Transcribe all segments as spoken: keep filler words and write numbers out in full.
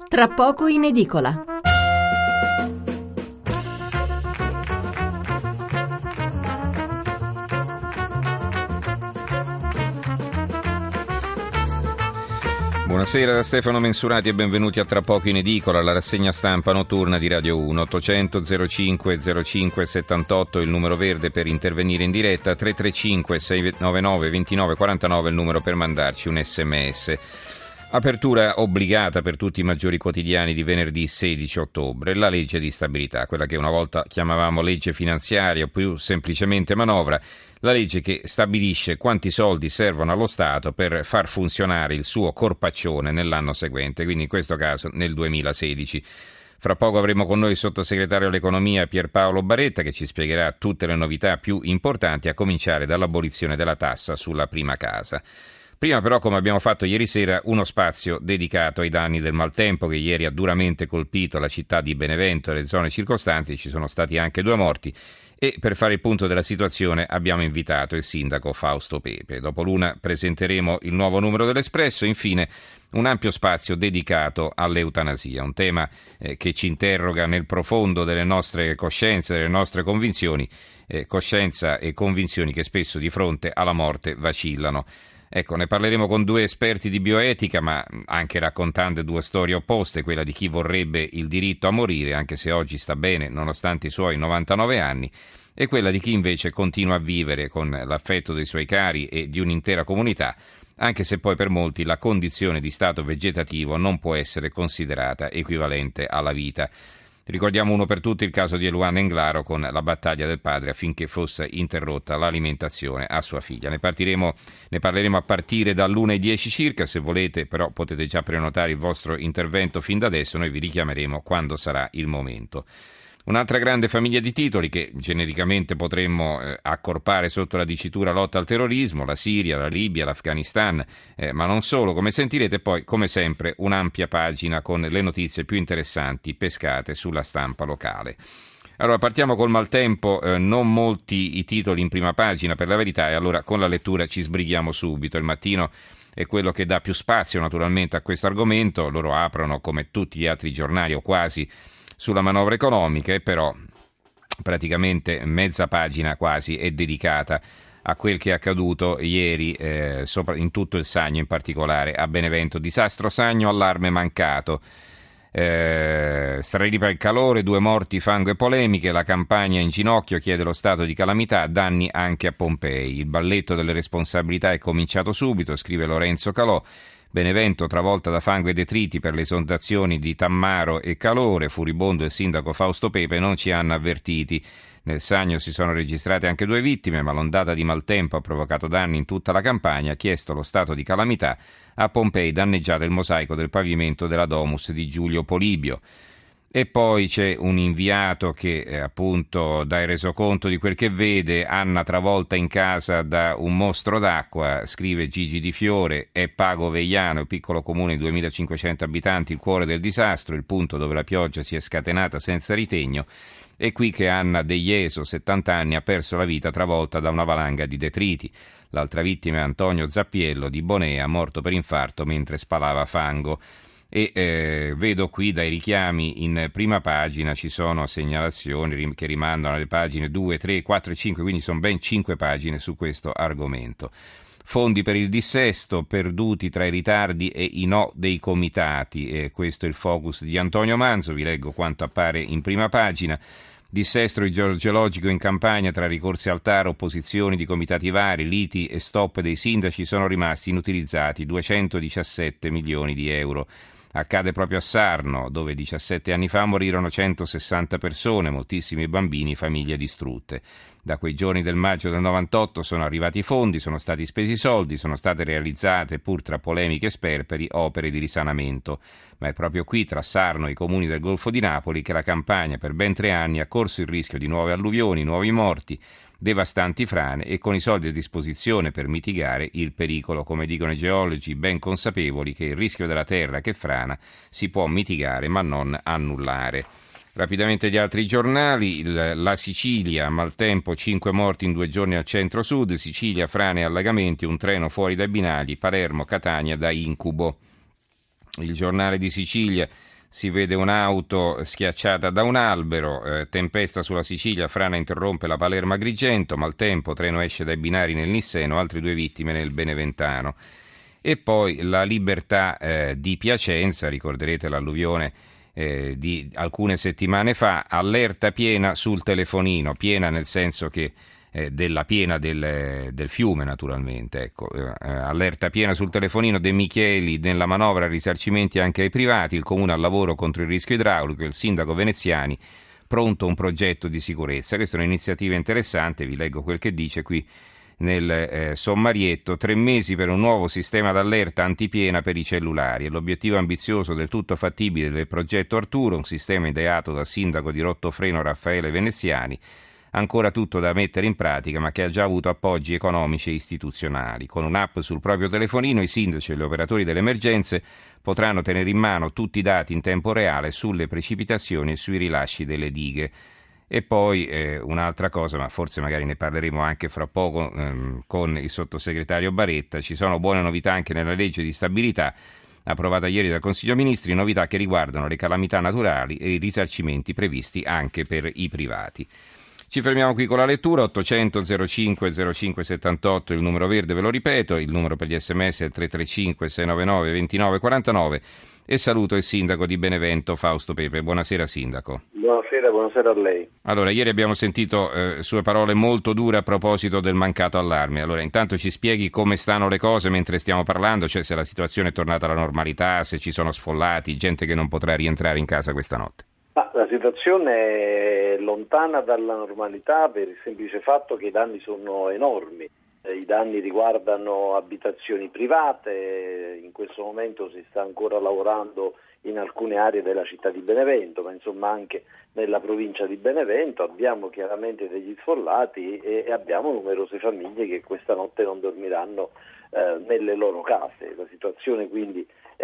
tra poco in edicola. Buonasera da Stefano Mensurati e benvenuti a Tra poco in edicola, la rassegna stampa notturna di Radio uno. Ottocento zero cinque zero cinque settantotto il numero verde per intervenire in diretta, tre tre cinque sei nove nove due nove quattro nove il numero per mandarci un sms. Apertura obbligata per tutti i maggiori quotidiani di venerdì sedici ottobre, la legge di stabilità, quella che una volta chiamavamo legge finanziaria o più semplicemente manovra, la legge che stabilisce quanti soldi servono allo Stato per far funzionare il suo corpaccione nell'anno seguente, quindi in questo caso nel duemilasedici. Fra poco avremo con noi il sottosegretario all'economia Pierpaolo Baretta che ci spiegherà tutte le novità più importanti, a cominciare dall'abolizione della tassa sulla prima casa. Prima però, come abbiamo fatto ieri sera, uno spazio dedicato ai danni del maltempo che ieri ha duramente colpito la città di Benevento e le zone circostanti. Ci sono stati anche due morti e per fare il punto della situazione abbiamo invitato il sindaco Fausto Pepe. Dopo l'una presenteremo il nuovo numero dell'Espresso, infine un ampio spazio dedicato all'eutanasia, un tema eh, che ci interroga nel profondo delle nostre coscienze, delle nostre convinzioni, eh, coscienza e convinzioni che spesso di fronte alla morte vacillano. Ecco, ne parleremo con due esperti di bioetica, ma anche raccontando due storie opposte, quella di chi vorrebbe il diritto a morire, anche se oggi sta bene nonostante i suoi novantanove anni, e quella di chi invece continua a vivere con l'affetto dei suoi cari e di un'intera comunità, anche se poi per molti la condizione di stato vegetativo non può essere considerata equivalente alla vita. Ricordiamo uno per tutti il caso di Eluana Englaro con la battaglia del padre affinché fosse interrotta l'alimentazione a sua figlia. Ne, partiremo, ne parleremo a partire dall'una e dieci circa, se volete però potete già prenotare il vostro intervento fin da adesso, noi vi richiameremo quando sarà il momento. Un'altra grande famiglia di titoli che genericamente potremmo eh, accorpare sotto la dicitura lotta al terrorismo, la Siria, la Libia, l'Afghanistan, eh, ma non solo, come sentirete poi, come sempre, un'ampia pagina con le notizie più interessanti pescate sulla stampa locale. Allora partiamo col maltempo, eh, non molti i titoli in prima pagina per la verità e allora con la lettura ci sbrighiamo subito. Il Mattino è quello che dà più spazio naturalmente a questo argomento, loro aprono come tutti gli altri giornali o quasi sulla manovra economica e però praticamente mezza pagina quasi è dedicata a quel che è accaduto ieri eh, sopra, in tutto il Sannio, in particolare a Benevento. Disastro Sannio, allarme mancato. Eh, straripa il calore, due morti, fango e polemiche, la campagna in ginocchio chiede lo stato di calamità, danni anche a Pompei. Il balletto delle responsabilità è cominciato subito, scrive Lorenzo Calò. Benevento travolta da fango e detriti per le esondazioni di Tammaro e Calore, furibondo il sindaco Fausto Pepe, non ci hanno avvertiti. Nel Sannio si sono registrate anche due vittime, ma l'ondata di maltempo ha provocato danni in tutta la campagna, ha chiesto lo stato di calamità. A Pompei danneggiato il mosaico del pavimento della Domus di Giulio Polibio. E poi c'è un inviato che eh, appunto dà il resoconto di quel che vede. Anna travolta in casa da un mostro d'acqua, scrive Gigi Di Fiore. È Pago Vegliano, il piccolo comune di duemilacinquecento abitanti, il cuore del disastro, il punto dove la pioggia si è scatenata senza ritegno. È qui che Anna De Ieso, settanta anni, ha perso la vita travolta da una valanga di detriti. L'altra vittima è Antonio Zappiello di Bonea, morto per infarto mentre spalava fango. E eh, vedo qui dai richiami in prima pagina ci sono segnalazioni che rimandano alle pagine due, tre, quattro e cinque, quindi sono ben cinque pagine su questo argomento. Fondi per il dissesto, perduti tra i ritardi e i no dei comitati, e questo è il focus di Antonio Manzo, vi leggo quanto appare in prima pagina. Dissesto idrogeologico in Campania tra ricorsi al TAR, opposizioni di comitati vari, liti e stop dei sindaci sono rimasti inutilizzati duecentodiciassette milioni di euro. Accade proprio a Sarno, dove diciassette anni fa morirono centosessanta persone, moltissimi bambini, famiglie distrutte. Da quei giorni del maggio del novantotto sono arrivati i fondi, sono stati spesi i soldi, sono state realizzate, pur tra polemiche e sperperi, opere di risanamento. Ma è proprio qui, tra Sarno e i comuni del Golfo di Napoli, che la campagna per ben tre anni ha corso il rischio di nuove alluvioni, nuovi morti, devastanti frane e con i soldi a disposizione per mitigare il pericolo, come dicono i geologi ben consapevoli che il rischio della terra che frana si può mitigare ma non annullare. Rapidamente gli altri giornali, il, la Sicilia, maltempo, cinque morti in due giorni al centro-sud, Sicilia, frane e allagamenti, un treno fuori dai binari, Palermo, Catania da incubo. Il giornale di Sicilia si vede un'auto schiacciata da un albero, eh, tempesta sulla Sicilia, frana interrompe la Palermo-Agrigento, maltempo, treno esce dai binari nel Nisseno, altre due vittime nel Beneventano. E poi la Libertà eh, di Piacenza, ricorderete l'alluvione eh, di alcune settimane fa, allerta piena sul telefonino, piena nel senso che eh, della piena del, del fiume naturalmente, ecco, eh, allerta piena sul telefonino. De Micheli nella manovra risarcimenti anche ai privati, il comune al lavoro contro il rischio idraulico, il sindaco Veneziani pronto un progetto di sicurezza. Questa è un'iniziativa interessante, vi leggo quel che dice qui nel eh, sommarietto: tre mesi per un nuovo sistema d'allerta antipiena per i cellulari. È l'obiettivo ambizioso del tutto fattibile del progetto Arturo, un sistema ideato dal sindaco di Rottofreno Raffaele Veneziani, ancora tutto da mettere in pratica, ma che ha già avuto appoggi economici e istituzionali. Con un'app sul proprio telefonino i sindaci e gli operatori delle emergenze potranno tenere in mano tutti i dati in tempo reale sulle precipitazioni e sui rilasci delle dighe. E poi eh, un'altra cosa, ma forse magari ne parleremo anche fra poco ehm, con il sottosegretario Baretta, ci sono buone novità anche nella legge di stabilità approvata ieri dal Consiglio Ministri, novità che riguardano le calamità naturali e i risarcimenti previsti anche per i privati. Ci fermiamo qui con la lettura. Ottocento zero cinque zero cinque settantotto il numero verde, ve lo ripeto, il numero per gli sms è il tre tre cinque sei nove nove due nove quattro nove. E saluto il sindaco di Benevento, Fausto Pepe. Buonasera sindaco. Buonasera, buonasera a lei. Allora, ieri abbiamo sentito eh, sue parole molto dure a proposito del mancato allarme. Allora, intanto ci spieghi come stanno le cose mentre stiamo parlando, cioè se la situazione è tornata alla normalità, se ci sono sfollati, gente che non potrà rientrare in casa questa notte. Ma la situazione è lontana dalla normalità per il semplice fatto che i danni sono enormi. I danni riguardano abitazioni private, in questo momento si sta ancora lavorando in alcune aree della città di Benevento, ma insomma anche nella provincia di Benevento abbiamo chiaramente degli sfollati e, e abbiamo numerose famiglie che questa notte non dormiranno eh, nelle loro case. La situazione quindi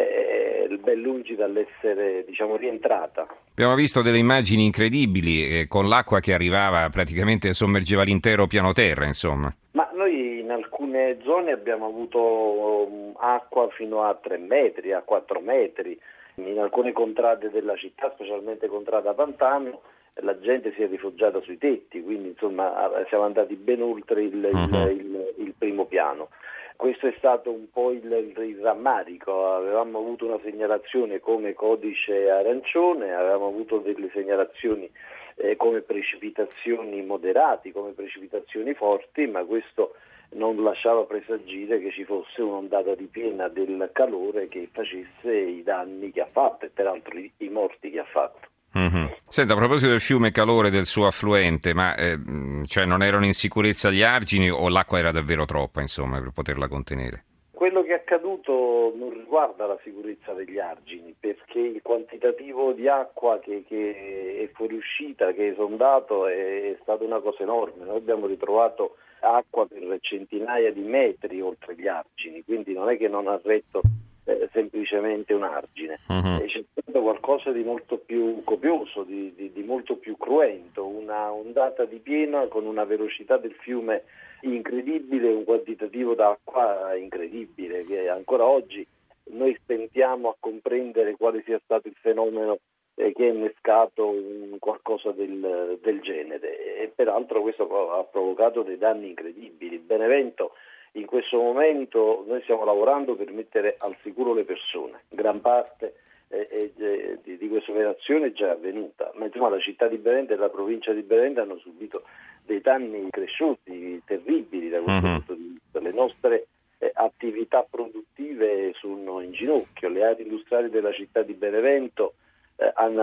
è ben lungi dall'essere, diciamo, rientrata. Abbiamo visto delle immagini incredibili eh, con l'acqua che arrivava, praticamente sommergeva l'intero piano terra, insomma. Ma noi in alcune zone abbiamo avuto um, acqua fino a tre metri, a quattro metri, in alcune contrade della città, specialmente contrada Pantano, la gente si è rifugiata sui tetti, quindi insomma siamo andati ben oltre il, uh-huh. il, il, il primo piano. Questo è stato un po' il, il rammarico, avevamo avuto una segnalazione come codice arancione, avevamo avuto delle segnalazioni eh, come precipitazioni moderati, come precipitazioni forti, ma questo non lasciava presagire che ci fosse un'ondata di piena del calore che facesse i danni che ha fatto e peraltro i, i morti che ha fatto. Mm-hmm. Senta, a proposito del fiume Calore, del suo affluente, ma eh, cioè non erano in sicurezza gli argini o l'acqua era davvero troppa, insomma, per poterla contenere? Quello che è accaduto non riguarda la sicurezza degli argini, perché il quantitativo di acqua che, che è fuoriuscita, che è esondato, è, è stata una cosa enorme. Noi abbiamo ritrovato acqua per centinaia di metri oltre gli argini, quindi non è che non ha retto eh, semplicemente un argine. Uh-huh. C'è stato qualcosa di molto più copioso, di, di, di molto più cruento, una ondata di piena con una velocità del fiume incredibile, un quantitativo d'acqua incredibile che ancora oggi noi stentiamo a comprendere quale sia stato il fenomeno eh, che ha innescato un qualcosa del, del genere e peraltro questo ha provocato dei danni incredibili. Benevento in questo momento noi stiamo lavorando per mettere al sicuro le persone, gran parte eh, eh, di, di questa operazione è già avvenuta, ma insomma la città di Benevento e la provincia di Benevento hanno subito dei danni cresciuti, terribili da questo uh-huh. punto di vista. Le nostre eh, attività produttive sono in ginocchio, le aree industriali della città di Benevento eh, hanno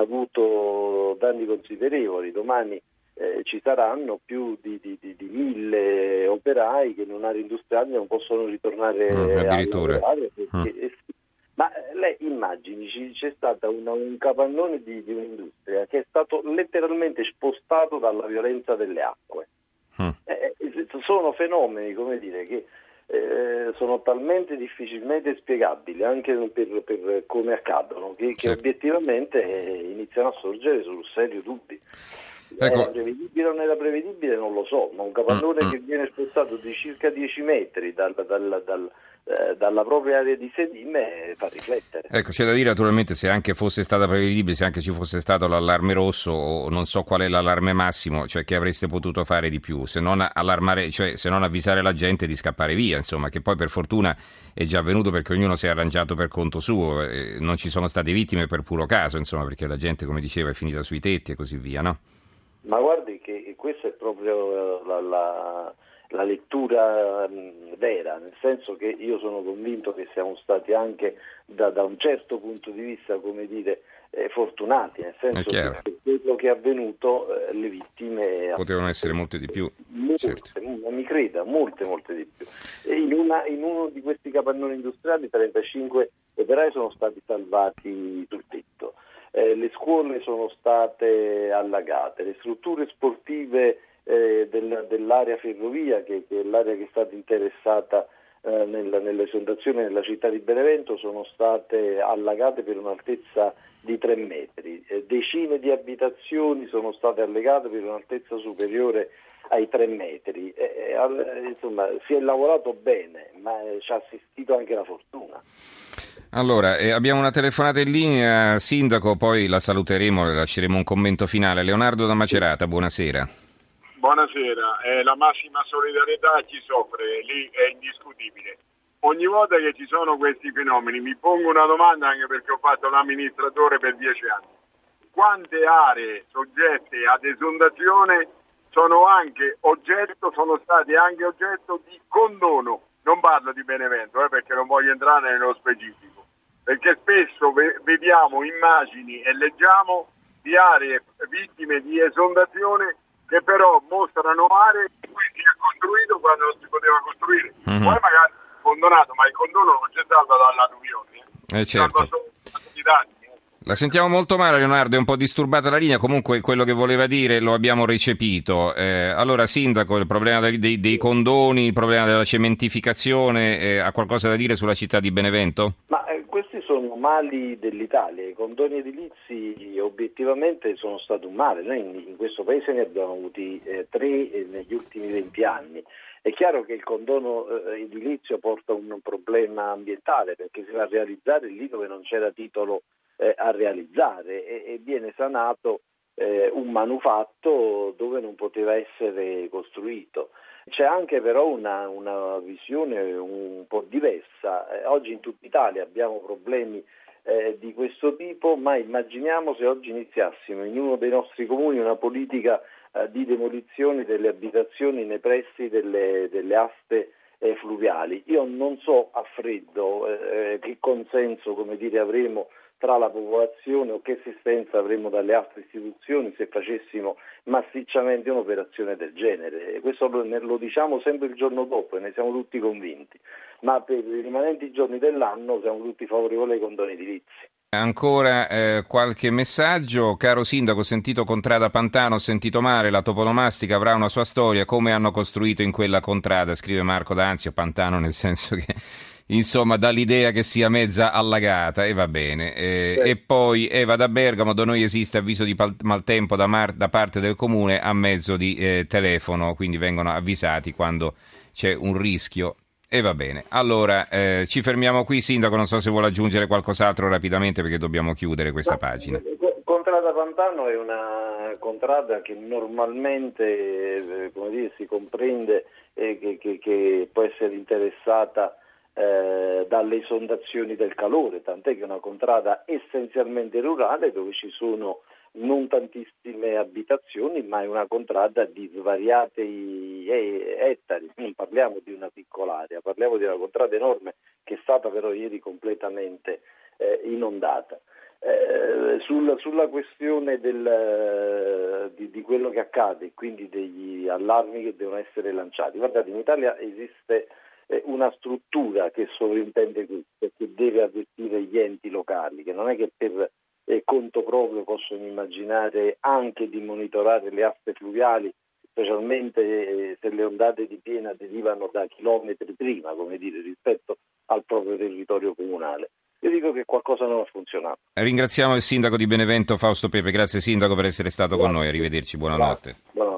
avuto danni considerevoli, domani eh, ci saranno più di, di, di, di mille operai che in un'area industriale non possono ritornare uh, a addirittura. lavorare perché, uh. eh, sì. Ma lei immagini, c'è stata una, un capannone di, di un'industria che è stato letteralmente spostato dalla violenza delle acque. Mm. Eh, sono fenomeni, come dire, che eh, sono talmente difficilmente spiegabili anche per, per come accadono, che, certo. che obiettivamente eh, iniziano a sorgere sul serio dubbi. Ecco. Era prevedibile o non era prevedibile non lo so, ma un capannone mm. che viene spostato di circa dieci metri dal, dal, dal eh, dalla propria area di sedime fa riflettere. Ecco, c'è da dire naturalmente se anche fosse stata prevedibile, se anche ci fosse stato l'allarme rosso o non so qual è l'allarme massimo, cioè che avreste potuto fare di più, se non allarmare, cioè se non avvisare la gente di scappare via, insomma, che poi per fortuna è già avvenuto perché ognuno si è arrangiato per conto suo, eh, non ci sono state vittime per puro caso, insomma, perché la gente, come diceva, è finita sui tetti e così via, no? Ma guardi che questa è proprio la, la, la lettura mh, vera, nel senso che io sono convinto che siamo stati anche da, da un certo punto di vista, come dire, eh, fortunati, nel senso che per quello che è avvenuto eh, le vittime potevano essere molte di più, molte, certo. mi creda, molte molte di più. E in, una, in uno di questi capannoni industriali trentacinque operai sono stati salvati sul tetto. Eh, le scuole sono state allagate, le strutture sportive eh, del, dell'area ferrovia, che, che è l'area che è stata interessata eh, nella, nell'esondazione nella città di Benevento, sono state allagate per un'altezza di tre metri. Eh, decine di abitazioni sono state allagate per un'altezza superiore ai tre metri. Eh, eh, insomma, si è lavorato bene, ma eh, ci ha assistito anche la fortuna. Allora, eh, abbiamo una telefonata in linea, Sindaco, poi la saluteremo e lasceremo un commento finale. Leonardo da Macerata, buonasera. Buonasera, eh, la massima solidarietà a chi soffre, lì è indiscutibile. Ogni volta che ci sono questi fenomeni mi pongo una domanda, anche perché ho fatto l'amministratore per dieci anni. Quante aree soggette ad esondazione sono anche oggetto, sono state anche oggetto di condono? Non parlo di Benevento, eh, perché non voglio entrare nello specifico. Perché spesso ve- vediamo immagini e leggiamo di aree vittime di esondazione che però mostrano aree in cui si è costruito quando non si poteva costruire. Mm-hmm. Poi magari condonato, ma il condono non c'è stato dall'alluvione. Eh, eh certo. La sentiamo molto male, Leonardo, è un po' disturbata la linea, comunque quello che voleva dire lo abbiamo recepito. Eh, allora, Sindaco, il problema dei, dei, dei condoni, il problema della cementificazione, eh, ha qualcosa da dire sulla città di Benevento? Ma eh, questi sono mali dell'Italia, i condoni edilizi obiettivamente sono stati un male, noi in, in questo paese ne abbiamo avuti eh, tre eh, negli ultimi venti anni. È chiaro che il condono eh, edilizio porta un problema ambientale perché si va a realizzare lì dove non c'era titolo eh, a realizzare e, e viene sanato eh, un manufatto dove non poteva essere costruito. C'è anche però una, una visione un po' diversa. Eh, oggi in tutta Italia abbiamo problemi eh, di questo tipo, ma immaginiamo se oggi iniziassimo in uno dei nostri comuni una politica eh, di demolizione delle abitazioni nei pressi delle, delle aste eh, fluviali. Io non so a freddo eh, che consenso, come dire, avremo tra la popolazione o che assistenza avremo dalle altre istituzioni se facessimo massicciamente un'operazione del genere. Questo lo, lo diciamo sempre il giorno dopo e ne siamo tutti convinti, ma per i rimanenti giorni dell'anno siamo tutti favorevoli ai condoni edilizi. Ancora eh, qualche messaggio. Caro Sindaco, ho sentito Contrada Pantano, ho sentito male, la toponomastica avrà una sua storia, come hanno costruito in quella contrada, scrive Marco D'Anzio. Pantano nel senso che insomma dà l'idea che sia mezza allagata e va bene. Eh, sì. E poi Eva da Bergamo, da noi esiste avviso di pal- maltempo da, mar- da parte del comune a mezzo di eh, telefono, quindi vengono avvisati quando c'è un rischio. E va bene, allora eh, ci fermiamo qui, Sindaco, non so se vuole aggiungere qualcos'altro rapidamente perché dobbiamo chiudere questa pagina. Contrada Pantano è una contrada che normalmente eh, come dire, si comprende eh, che, che, che può essere interessata eh, dalle esondazioni del calore, tant'è che è una contrada essenzialmente rurale dove ci sono non tantissime abitazioni, ma è una contrada di svariati ettari, non parliamo di una piccola area, parliamo di una contrada enorme che è stata però ieri completamente eh, inondata. Eh, sul, sulla questione del, di, di quello che accade, quindi degli allarmi che devono essere lanciati, guardate, in Italia esiste eh, una struttura che sovrintende questo, che deve avvertire gli enti locali, che non è che per e conto proprio possono immaginare anche di monitorare le aste fluviali, specialmente eh, se le ondate di piena derivano da chilometri prima, come dire, rispetto al proprio territorio comunale. Io dico che qualcosa non ha funzionato. Ringraziamo il sindaco di Benevento Fausto Pepe, grazie sindaco per essere stato grazie. con noi, arrivederci, buonanotte. Buonanotte.